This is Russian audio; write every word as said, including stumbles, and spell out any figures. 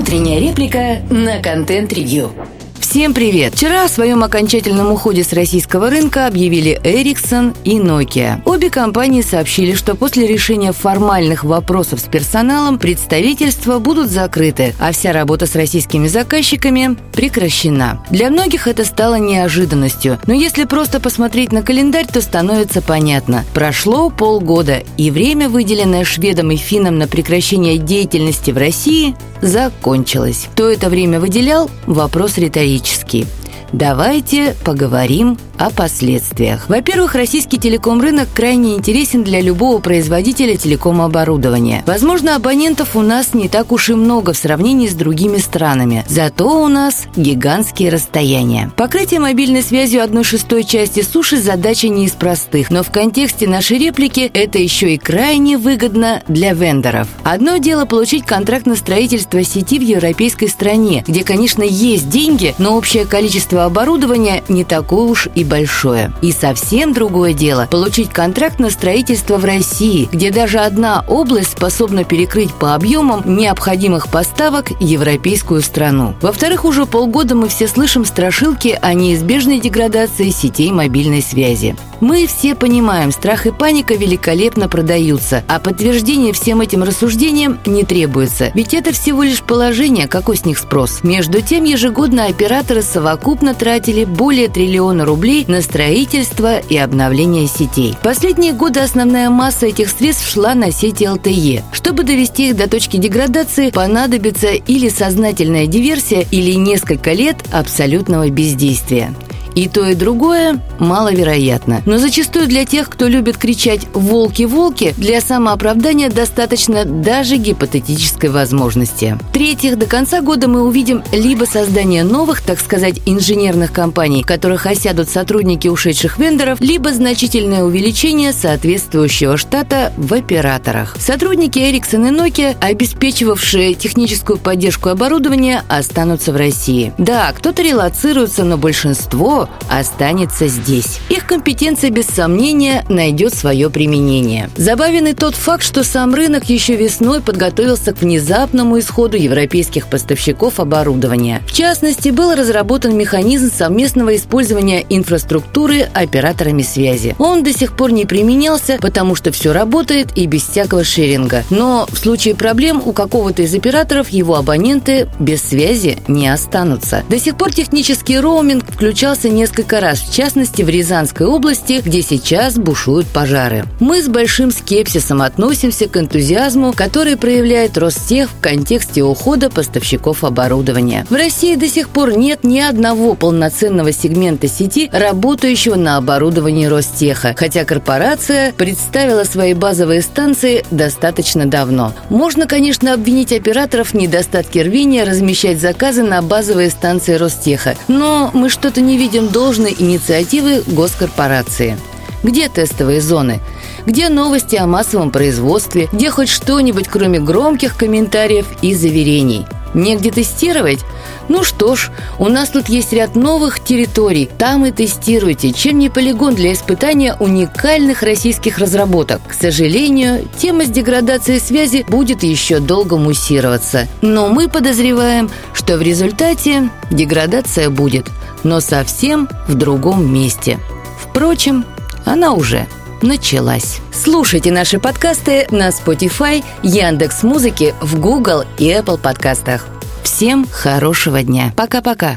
Утренняя реплика на контент-ревью. Всем привет! Вчера о своем окончательном уходе с российского рынка объявили Ericsson и Nokia. Обе компании сообщили, что после решения формальных вопросов с персоналом представительства будут закрыты, а вся работа с российскими заказчиками прекращена. Для многих это стало неожиданностью, но если просто посмотреть на календарь, то становится понятно. Прошло полгода, и время, выделенное шведам и финнам на прекращение деятельности в России, закончилось. Кто это время выделял? Вопрос риторический. Давайте поговорим о последствиях. Во-первых, российский телеком-рынок крайне интересен для любого производителя телеком-оборудования. Возможно, абонентов у нас не так уж и много в сравнении с другими странами. Зато у нас гигантские расстояния. Покрытие мобильной связью одной шестой части суши задача не из простых, но в контексте нашей реплики это еще и крайне выгодно для вендоров. Одно дело получить контракт на строительство сети в европейской стране, где, конечно, есть деньги, но общее количество оборудования не такое уж и большое. И совсем другое дело получить контракт на строительство в России, где даже одна область способна перекрыть по объемам необходимых поставок европейскую страну. Во-вторых, уже полгода мы все слышим страшилки о неизбежной деградации сетей мобильной связи. Мы все понимаем, страх и паника великолепно продаются, а подтверждение всем этим рассуждениям не требуется, ведь это всего лишь положение, какой с них спрос. Между тем, ежегодно операторы совокупно тратили более триллиона рублей на строительство и обновление сетей. В последние годы основная масса этих средств шла на сети эл тэ е. Чтобы довести их до точки деградации, понадобится или сознательная диверсия, или несколько лет абсолютного бездействия. И то, и другое маловероятно. Но зачастую для тех, кто любит кричать «волки, волки», для самооправдания достаточно даже гипотетической возможности. В-третьих, до конца года мы увидим либо создание новых, так сказать, инженерных компаний, в которых осядут сотрудники ушедших вендоров, либо значительное увеличение соответствующего штата в операторах. Сотрудники Ericsson и Nokia, обеспечивавшие техническую поддержку оборудования, останутся в России. Да, кто-то релоцируется, но большинство останется здесь. Их компетенция, без сомнения, найдет свое применение. Забавен и тот факт, что сам рынок еще весной подготовился к внезапному исходу европейских поставщиков оборудования. В частности, был разработан механизм совместного использования инфраструктуры операторами связи. Он до сих пор не применялся, потому что все работает и без всякого шеринга. Но в случае проблем у какого-то из операторов его абоненты без связи не останутся. До сих пор технический роуминг включался несколько раз, в частности в Рязанской области, где сейчас бушуют пожары. Мы с большим скепсисом относимся к энтузиазму, который проявляет Ростех в контексте ухода поставщиков оборудования. В России до сих пор нет ни одного полноценного сегмента сети, работающего на оборудовании Ростеха, хотя корпорация представила свои базовые станции достаточно давно. Можно, конечно, обвинить операторов в недостатке рвения размещать заказы на базовые станции Ростеха, но мы что-то не видим должной инициативы госкорпорации. Где тестовые зоны? Где новости о массовом производстве? Где хоть что-нибудь, кроме громких комментариев и заверений? Негде тестировать? Ну что ж, у нас тут есть ряд новых территорий. Там и тестируйте. Чем не полигон для испытания уникальных российских разработок? К сожалению, тема с деградацией связи будет еще долго муссироваться. Но мы подозреваем, что в результате деградация будет, но совсем в другом месте. Впрочем, она уже началась. Слушайте наши подкасты на Spotify, Яндекс.Музыке, в Google и Apple подкастах. Всем хорошего дня. Пока-пока.